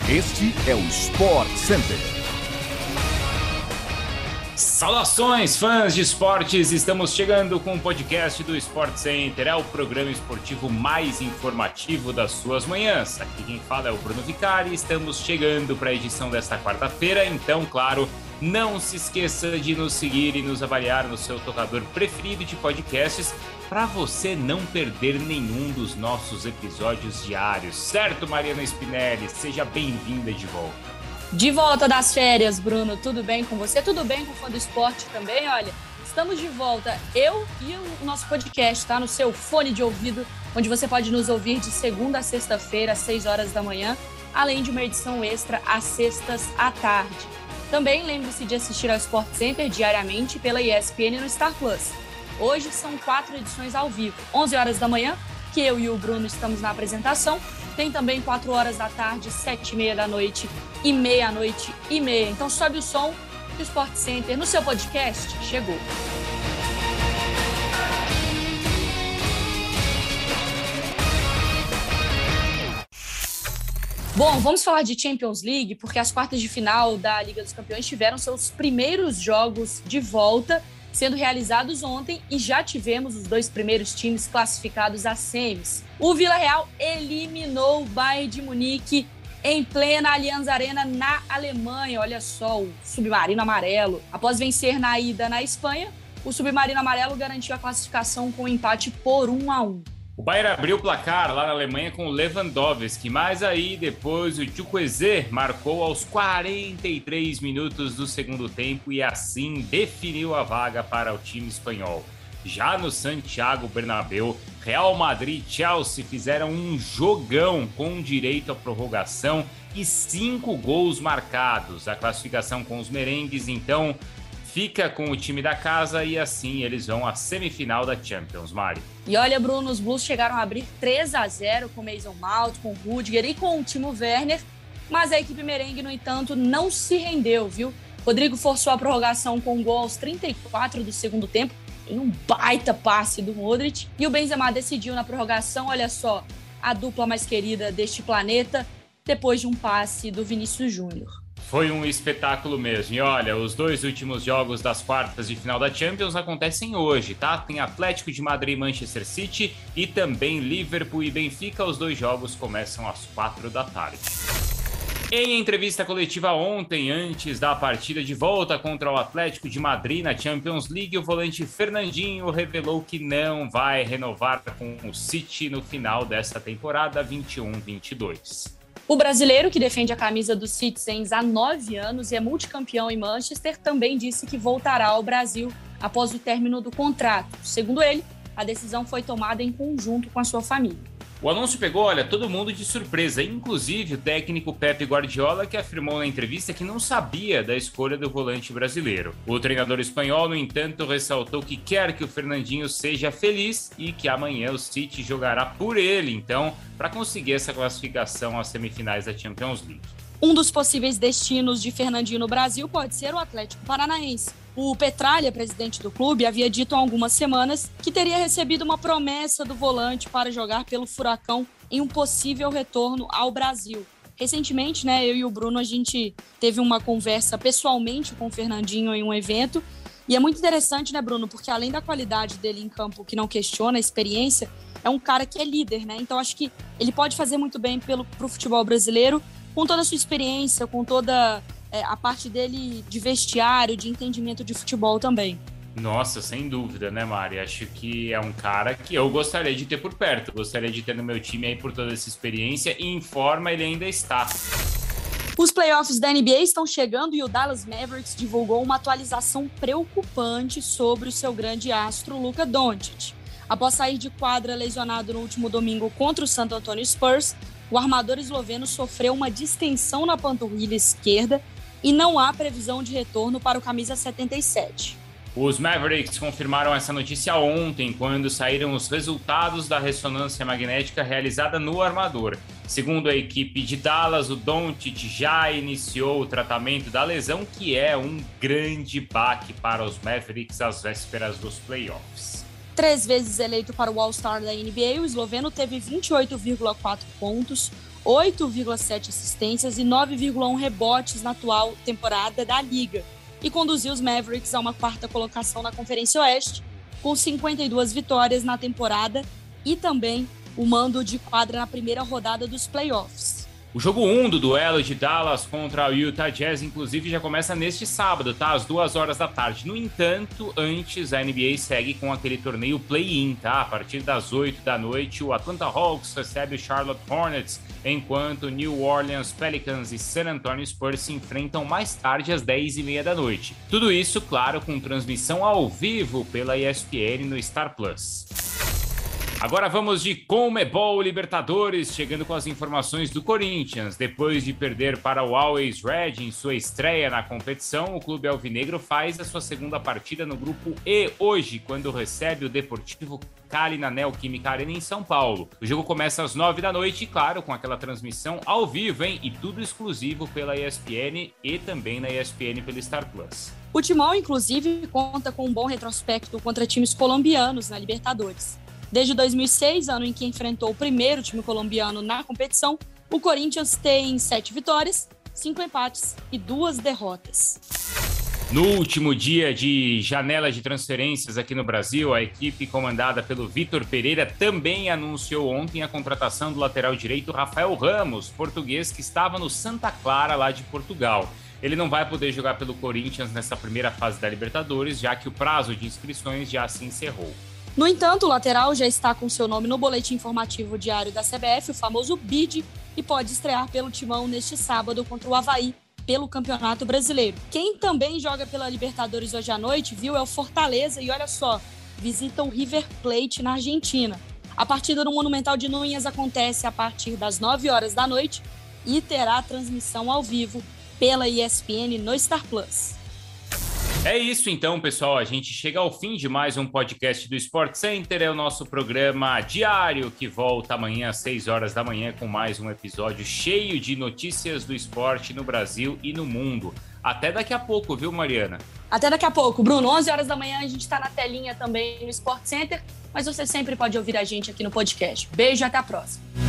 Este é o Sport Center. Saudações, fãs de esportes! Estamos chegando com o podcast do Sport Center, é o programa esportivo mais informativo das suas manhãs. Aqui quem fala é o Bruno Vicari, estamos chegando para a edição desta quarta-feira, então, claro, não se esqueça de nos seguir e nos avaliar no seu tocador preferido de podcasts para você não perder nenhum dos nossos episódios diários. Certo, Mariana Spinelli? Seja bem-vinda de volta. De volta das férias, Bruno. Tudo bem com você? Tudo bem com o fã do esporte também? Olha, estamos de volta, eu e o nosso podcast, tá? No seu fone de ouvido, onde você pode nos ouvir de segunda a sexta-feira, às 6 horas da manhã, além de uma edição extra às sextas à tarde. Também lembre-se de assistir ao Sport Center diariamente pela ESPN no Star Plus. Hoje são 4 edições ao vivo, 11 horas da manhã, que eu e o Bruno estamos na apresentação. Tem também 4 horas da tarde, 7h30 da noite e meia-noite e meia. Então sobe o som do Sport Center no seu podcast. Chegou! Bom, vamos falar de Champions League, porque as quartas de final da Liga dos Campeões tiveram seus primeiros jogos de volta, sendo realizados ontem, e já tivemos os 2 primeiros times classificados às semis. O Villarreal eliminou o Bayern de Munique em plena Allianz Arena na Alemanha. Olha só, o Submarino Amarelo. Após vencer na ida na Espanha, o Submarino Amarelo garantiu a classificação com um empate por 1-1. O Bayern abriu o placar lá na Alemanha com o Lewandowski, mas aí depois o Chukwueze marcou aos 43 minutos do segundo tempo e assim definiu a vaga para o time espanhol. Já no Santiago Bernabéu, Real Madrid e Chelsea fizeram um jogão com direito à prorrogação e 5 gols marcados. A classificação com os merengues, então, fica com o time da casa e assim eles vão à semifinal da Champions, Mari. E olha, Bruno, os Blues chegaram a abrir 3-0 com Mason Mount, com Rudiger e com o Timo Werner, mas a equipe merengue, no entanto, não se rendeu, viu? Rodrigo forçou a prorrogação com um gol aos 34 do segundo tempo, em um baita passe do Modric, e o Benzema decidiu na prorrogação, olha só, a dupla mais querida deste planeta, depois de um passe do Vinícius Júnior. Foi um espetáculo mesmo. E olha, os 2 últimos jogos das quartas de final da Champions acontecem hoje, tá? Tem Atlético de Madrid e Manchester City e também Liverpool e Benfica. Os 2 jogos começam às 4 da tarde. Em entrevista coletiva ontem, antes da partida de volta contra o Atlético de Madrid na Champions League, o volante Fernandinho revelou que não vai renovar com o City no final desta temporada 21-22. O brasileiro, que defende a camisa dos Citizens há 9 anos e é multicampeão em Manchester, também disse que voltará ao Brasil após o término do contrato. Segundo ele, a decisão foi tomada em conjunto com a sua família. O anúncio pegou, olha, todo mundo de surpresa, inclusive o técnico Pep Guardiola, que afirmou na entrevista que não sabia da escolha do volante brasileiro. O treinador espanhol, no entanto, ressaltou que quer que o Fernandinho seja feliz e que amanhã o City jogará por ele, então, para conseguir essa classificação às semifinais da Champions League. Um dos possíveis destinos de Fernandinho no Brasil pode ser o Atlético Paranaense. O Petralha, presidente do clube, havia dito há algumas semanas que teria recebido uma promessa do volante para jogar pelo Furacão em um possível retorno ao Brasil. Recentemente, eu e o Bruno, a gente teve uma conversa pessoalmente com o Fernandinho em um evento. E é muito interessante, Bruno, porque além da qualidade dele em campo, que não questiona a experiência, é um cara que é líder, Então acho que ele pode fazer muito bem pro futebol brasileiro, com toda a sua experiência, com toda a parte dele de vestiário, de entendimento de futebol também. Nossa, sem dúvida, Mari? Acho que é um cara que eu gostaria de ter por perto. Gostaria de ter no meu time aí por toda essa experiência e em forma ele ainda está. Os playoffs da NBA estão chegando e o Dallas Mavericks divulgou uma atualização preocupante sobre o seu grande astro, Luka Doncic. Após sair de quadra lesionado no último domingo contra o San Antonio Spurs, o armador esloveno sofreu uma distensão na panturrilha esquerda e não há previsão de retorno para o camisa 77. Os Mavericks confirmaram essa notícia ontem, quando saíram os resultados da ressonância magnética realizada no armador. Segundo a equipe de Dallas, o Doncic já iniciou o tratamento da lesão, que é um grande baque para os Mavericks às vésperas dos playoffs. 3 vezes eleito para o All-Star da NBA, o esloveno teve 28,4 pontos, 8,7 assistências e 9,1 rebotes na atual temporada da Liga e conduziu os Mavericks a uma quarta colocação na Conferência Oeste, com 52 vitórias na temporada e também o mando de quadra na primeira rodada dos playoffs. O jogo 1 do duelo de Dallas contra o Utah Jazz, inclusive, já começa neste sábado, tá? Às 2h da tarde. No entanto, antes, a NBA segue com aquele torneio play-in, tá? A partir das 8 da noite, o Atlanta Hawks recebe o Charlotte Hornets, enquanto New Orleans Pelicans e San Antonio Spurs se enfrentam mais tarde às 10h30 da noite. Tudo isso, claro, com transmissão ao vivo pela ESPN no Star Plus. Agora vamos de Conmebol Libertadores, chegando com as informações do Corinthians. Depois de perder para o Always Red em sua estreia na competição, o clube alvinegro faz a sua segunda partida no grupo E hoje, quando recebe o Deportivo Cali na Neoquímica Arena em São Paulo. O jogo começa às 9 da noite, claro, com aquela transmissão ao vivo, hein? E tudo exclusivo pela ESPN e também na ESPN pelo Star Plus. O Timão, inclusive, conta com um bom retrospecto contra times colombianos na Libertadores. Desde 2006, ano em que enfrentou o primeiro time colombiano na competição, o Corinthians tem 7 vitórias, 5 empates e 2 derrotas. No último dia de janela de transferências aqui no Brasil, a equipe comandada pelo Vitor Pereira também anunciou ontem a contratação do lateral direito Rafael Ramos, português que estava no Santa Clara, lá de Portugal. Ele não vai poder jogar pelo Corinthians nessa primeira fase da Libertadores, já que o prazo de inscrições já se encerrou. No entanto, o lateral já está com seu nome no boletim informativo diário da CBF, o famoso BID, e pode estrear pelo Timão neste sábado contra o Avaí, pelo Campeonato Brasileiro. Quem também joga pela Libertadores hoje à noite, viu, é o Fortaleza e olha só, visita o River Plate na Argentina. A partida no Monumental de Núñez acontece a partir das 9h da noite e terá transmissão ao vivo pela ESPN no Star Plus. É isso então, pessoal. A gente chega ao fim de mais um podcast do Sport Center. É o nosso programa diário que volta amanhã às 6h da manhã com mais um episódio cheio de notícias do esporte no Brasil e no mundo. Até daqui a pouco, viu, Mariana? Até daqui a pouco, Bruno. 11h da manhã a gente está na telinha também no Sport Center, mas você sempre pode ouvir a gente aqui no podcast. Beijo e até a próxima.